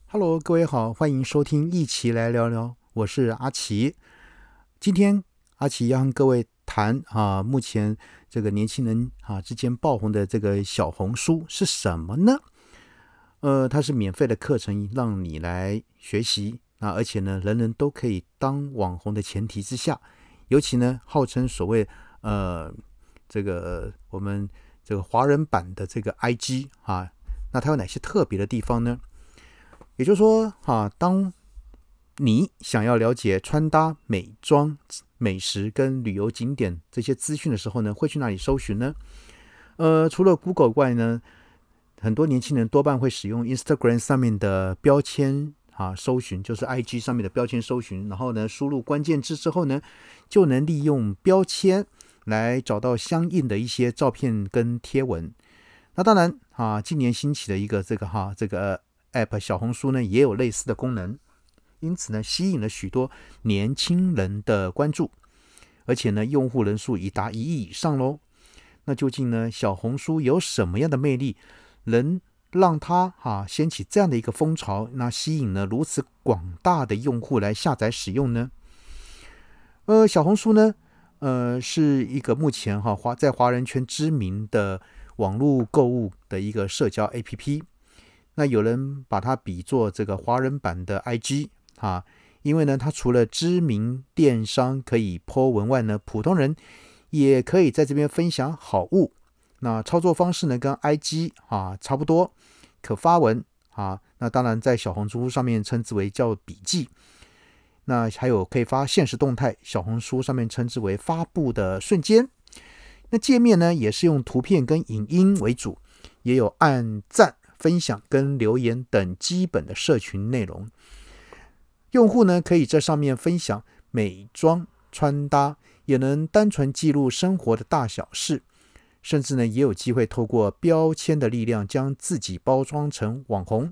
Hello，各位好，欢迎收听一起来聊聊，我是阿奇。今天阿奇要和各位谈目前这个年轻人之间爆红的这个小红书是什么呢？它是免费的课程，让你来学习。而且呢，人人都可以当网红的前提之下，尤其呢，号称所谓这个我们这个华人版的这个 IG 那它有哪些特别的地方呢？也就是说当你想要了解穿搭、美妆、美食跟旅游景点这些资讯的时候呢，会去哪里搜寻呢？除了 Google 外呢，很多年轻人多半会使用 Instagram 上面的标签搜寻，就是 IG 上面的标签搜寻，然后呢，输入关键字之后呢，就能利用标签来找到相应的一些照片跟贴文。那当然近年兴起的一个这个App 小红书呢，也有类似的功能，因此呢，吸引了许多年轻人的关注，而且呢，用户人数已达1亿以上咯。那究竟呢，小红书有什么样的魅力，能让它掀起这样的一个风潮，那吸引了如此广大的用户来下载使用呢？小红书呢，是一个目前在华人圈知名的网络购物的一个社交 APP。那有人把它比作这个华人版的 IG 因为呢，它除了知名电商可以 po 文外呢，普通人也可以在这边分享好物。那操作方式呢，跟 IG 差不多，可发文那当然在小红书上面称之为叫笔记。那还有可以发限时动态，小红书上面称之为发布的瞬间。那界面呢，也是用图片跟影音为主，也有按赞、分享跟留言等基本的社群内容。用户呢，可以在上面分享美妆、穿搭，也能单纯记录生活的大小事，甚至呢，也有机会透过标签的力量将自己包装成网红。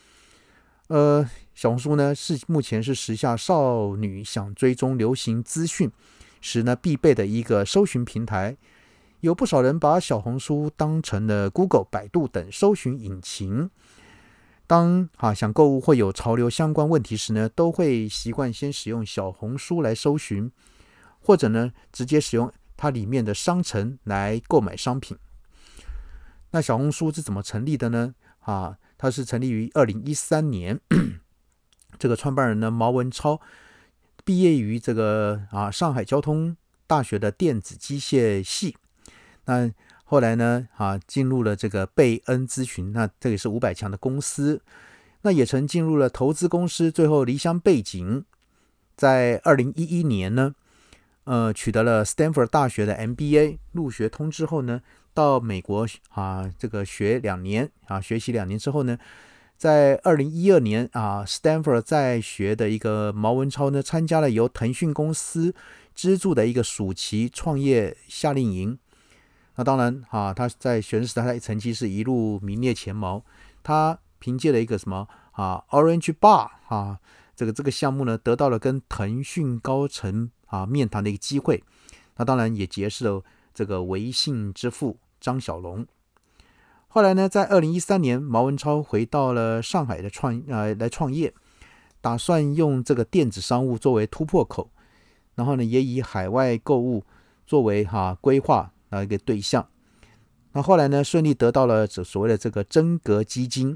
小红书呢，目前是时下少女想追踪流行资讯时呢必备的一个搜寻平台。有不少人把小红书当成了 Google、百度等搜寻引擎。当想购物会有潮流相关问题时呢，都会习惯先使用小红书来搜寻，或者呢直接使用它里面的商城来购买商品。那小红书是怎么成立的呢？它是成立于2013年，这个创办人呢毛文超毕业于这个上海交通大学的电子机械系。那后来呢进入了这个贝恩咨询，那这也是500强的公司。那也曾进入了投资公司，最后离乡背景，在2011年呢取得了 Stanford 大学的 MBA 入学通知后呢，到美国这个学2年学习2年之后呢，在2012年Stanford 在学的一个毛文超呢，参加了由腾讯公司资助的一个暑期创业夏令营。那当然他在学生时代他成绩是一路名列前茅，他凭借了一个什么Orange Bar 这个项目呢，得到了跟腾讯高层面谈的一个机会。那当然也结识了这个微信之父张小龙。后来呢，在2013年，毛文超回到了上海的来创业，打算用这个电子商务作为突破口，然后呢，也以海外购物作为规划一个对象。那后来呢，顺利得到了所谓的这个真格基金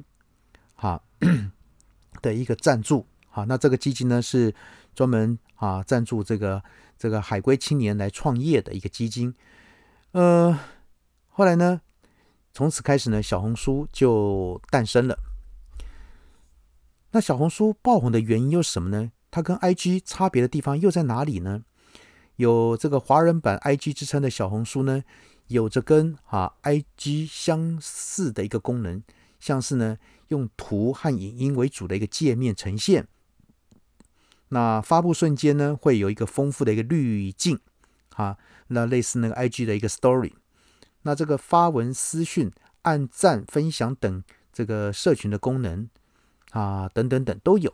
的一个赞助。那这个基金呢，是专门赞助这个海归青年来创业的一个基金。后来呢，从此开始呢，小红书就诞生了。那小红书爆红的原因又是什么呢？它跟 IG 差别的地方又在哪里呢？有这个华人版 IG 之称的小红书呢，有着跟IG 相似的一个功能，像是呢用图和影音为主的一个界面呈现。那发布瞬间呢，会有一个丰富的一个滤镜那类似那个 IG 的一个 Story。那这个发文、私讯、按赞、分享等这个社群的功能等等等都有。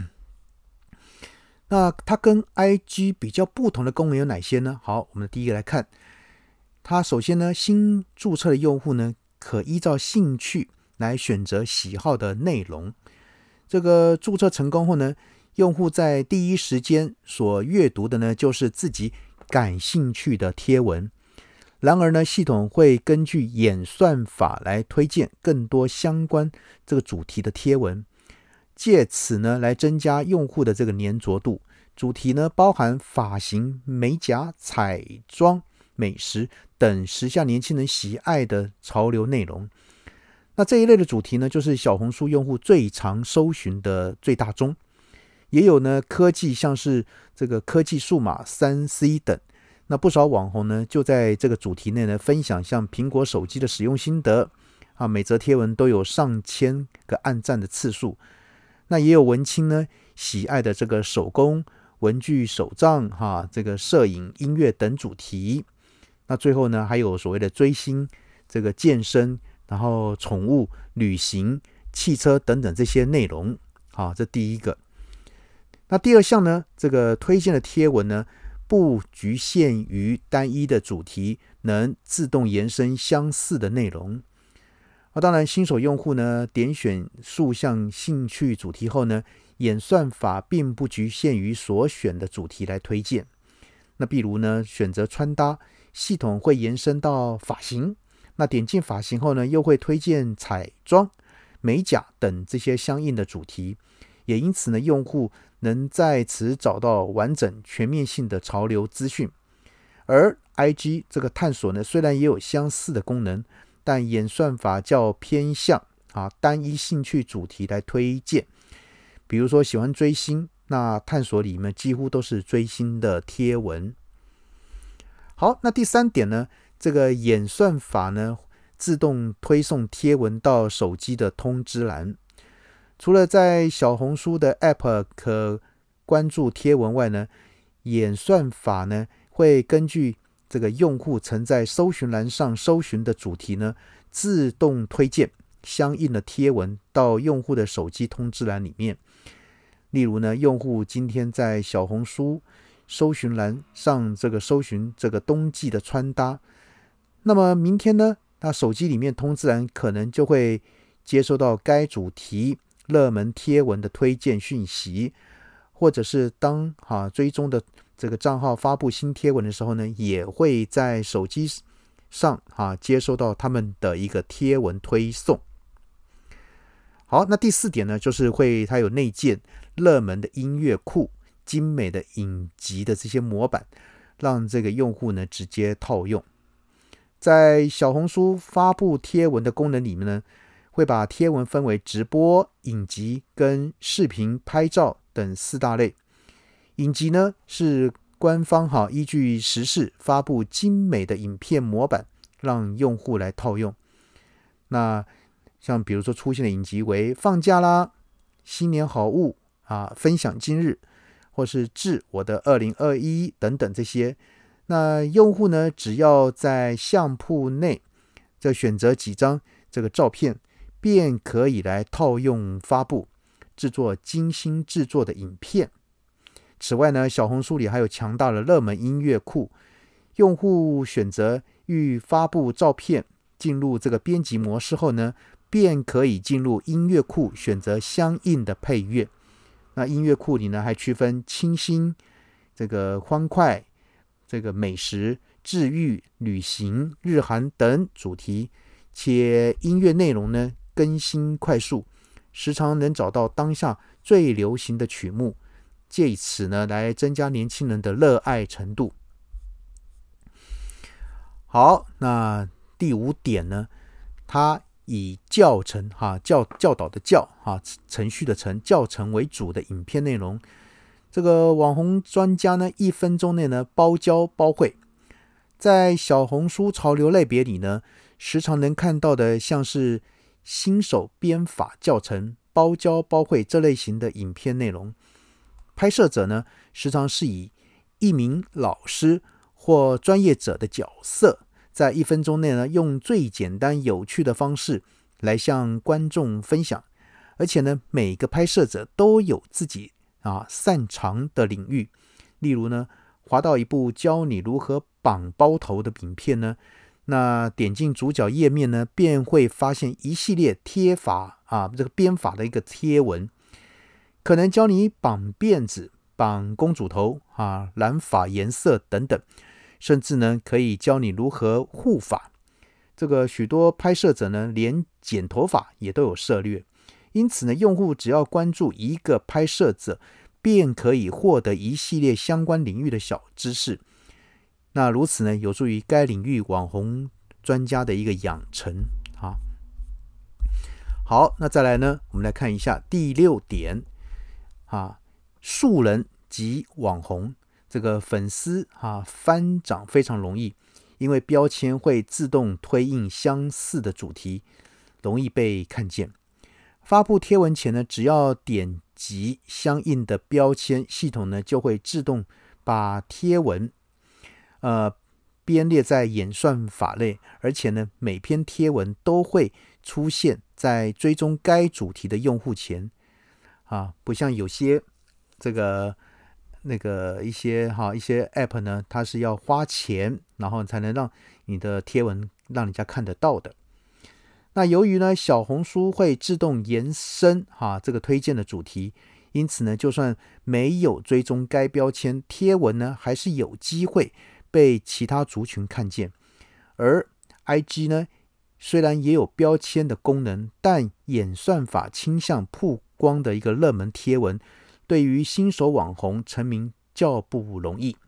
那它跟 IG 比较不同的功能有哪些呢？好，我们第一个来看，它首先呢，新注册的用户呢，可依照兴趣来选择喜好的内容。 这个注册成功后呢，用户在第一时间所阅读的呢，就是自己感兴趣的贴文。然而呢，系统会根据演算法来推荐更多相关这个主题的贴文，借此呢来增加用户的这个粘着度。主题呢包含发型、美甲、彩妆、美食等时下年轻人喜爱的潮流内容。那这一类的主题呢，就是小红书用户最常搜寻的最大宗。也有呢科技，像是这个科技、数码、3C 等。那不少网红呢，就在这个主题内呢分享像苹果手机的使用心得啊，每则贴文都有上千个按赞的次数。那也有文青呢喜爱的这个手工、文具、手账这个摄影、音乐等主题。那最后呢，还有所谓的追星、这个健身，然后宠物、旅行、汽车等等这些内容。好，这第一个。那第二项呢，这个推荐的贴文呢，不局限于单一的主题，能自动延伸相似的内容。当然，新手用户呢，点选数项兴趣主题后呢，演算法并不局限于所选的主题来推荐。那比如呢，选择穿搭，系统会延伸到发型，那点进发型后呢，又会推荐彩妆、美甲等这些相应的主题。也因此呢，用户能在此找到完整全面性的潮流资讯。而 IG 这个探索呢，虽然也有相似的功能，但演算法较偏向单一兴趣主题来推荐。比如说喜欢追星，那探索里面几乎都是追星的贴文。好，那第三点呢，这个演算法呢，自动推送贴文到手机的通知栏。除了在小红书的 App 可关注贴文外呢，演算法呢会根据这个用户曾在搜寻栏上搜寻的主题呢，自动推荐相应的贴文到用户的手机通知栏里面。例如呢，用户今天在小红书搜寻栏上这个搜寻这个冬季的穿搭，那么明天呢，他手机里面通知栏可能就会接收到该主题热门贴文的推荐讯息，或者是当追踪的这个账号发布新贴文的时候呢，也会在手机上接收到他们的一个贴文推送。好，那第四点呢，就是它有内建热门的音乐库、精美的影集的这些模板，让这个用户呢直接套用。在小红书发布贴文的功能里面呢，会把贴文分为直播、影集跟视频、拍照等4大类。影集呢是官方依据时事发布精美的影片模板，让用户来套用。那像比如说出现的影集为放假啦、新年好物分享今日，或是致我的2021等等这些。那用户呢，只要在相簿内选择几张这个照片，便可以来套用发布，制作精心制作的影片。此外呢，小红书里还有强大的热门音乐库，用户选择欲发布照片，进入这个编辑模式后呢，便可以进入音乐库选择相应的配乐。那音乐库里呢，还区分清新、这个欢快、这个美食、治愈、旅行、日韩等主题，且音乐内容呢更新快速，时常能找到当下最流行的曲目，借此呢来增加年轻人的热爱程度。好，那第5点呢，它以教程教导的教程序的程教程为主的影片内容。这个网红专家呢，1分钟内呢包教包会。在小红书潮流类别里呢，时常能看到的像是新手编法教程、包教包会这类型的影片内容。拍摄者呢，时常是以一名老师或专业者的角色，在1分钟内呢，用最简单有趣的方式来向观众分享。而且呢，每个拍摄者都有自己擅长的领域。例如呢，滑到一部教你如何绑包头的影片呢，那点进主角页面呢，便会发现一系列贴法这个编法的一个贴文。 可能教你绑辫子、绑公主头染发颜色等等，甚至呢可以教你如何护发。这个许多拍摄者呢连剪头发也都有涉略，因此呢用户只要关注一个拍摄者，便可以获得一系列相关领域的小知识。那如此呢有助于该领域网红专家的一个养成。好，那再来呢我们来看一下第6点素人及网红，这个粉丝翻涨非常容易，因为标签会自动推印相似的主题，容易被看见。发布贴文前呢，只要点击相应的标签，系统呢就会自动把贴文编列在演算法内，而且呢每篇贴文都会出现在追踪该主题的用户前不像有些一些 App 呢，它是要花钱，然后才能让你的贴文让人家看得到的。那由于呢小红书会自动延伸这个推荐的主题，因此呢就算没有追踪该标签，贴文呢还是有机会被其他族群看见。而 IG 呢虽然也有标签的功能，但演算法倾向曝光的一个热门贴文，对于新手网红成名较不容易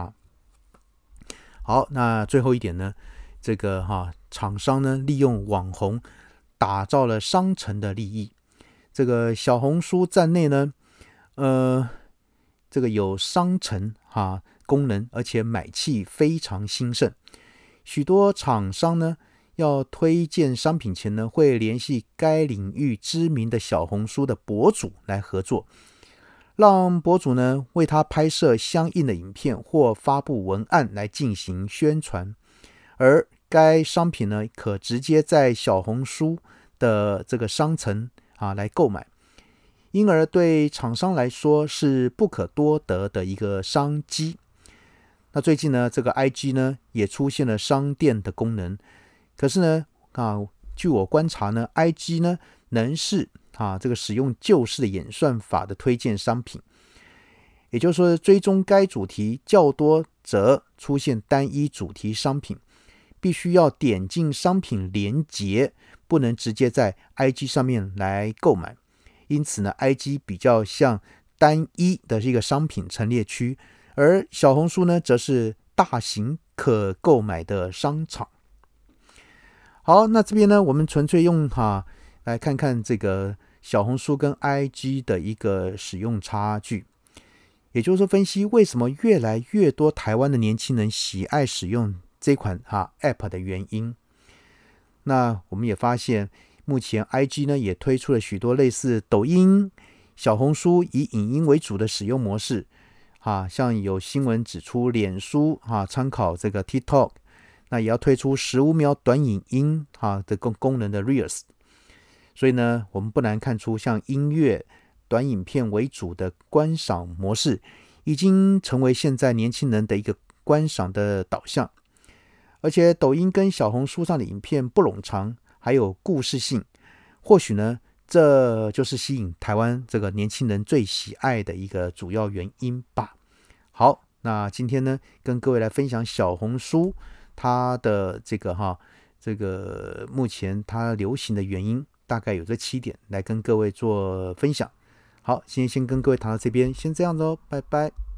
好，那最后一点呢，这个厂商呢利用网红打造了商城的利益。这个小红书站内呢这个有商城功能，而且买气非常兴盛。许多厂商呢要推荐商品前呢，会联系该领域知名的小红书的博主来合作，让博主呢为他拍摄相应的影片或发布文案来进行宣传，而该商品呢可直接在小红书的这个商城来购买，因而对厂商来说是不可多得的一个商机。那最近呢这个 IG 呢也出现了商店的功能，可是呢据我观察呢 IG 呢能是这个使用旧式的演算法的推荐商品，也就是说追踪该主题较多则出现单一主题商品，必须要点进商品连结，不能直接在 IG 上面来购买。因此呢 IG 比较像单一的一个商品陈列区，而小红书呢则是大型可购买的商场。好，那这边呢我们纯粹用来看看这个小红书跟 IG 的一个使用差距，也就是说分析为什么越来越多台湾的年轻人喜爱使用这款App 的原因。那我们也发现目前 IG 呢也推出了许多类似抖音、小红书以影音为主的使用模式像有新闻指出脸书参考这个 TikTok， 那也要推出15秒短影音的功能的 Reels。 所以呢我们不难看出像音乐、短影片为主的观赏模式已经成为现在年轻人的一个观赏的导向。而且抖音跟小红书上的影片不冗长，还有故事性，或许呢这就是吸引台湾这个年轻人最喜爱的一个主要原因吧。好，那今天呢跟各位来分享小红书它的这个目前它流行的原因，大概有这7点来跟各位做分享。好，今天先跟各位谈到这边，先这样子拜拜。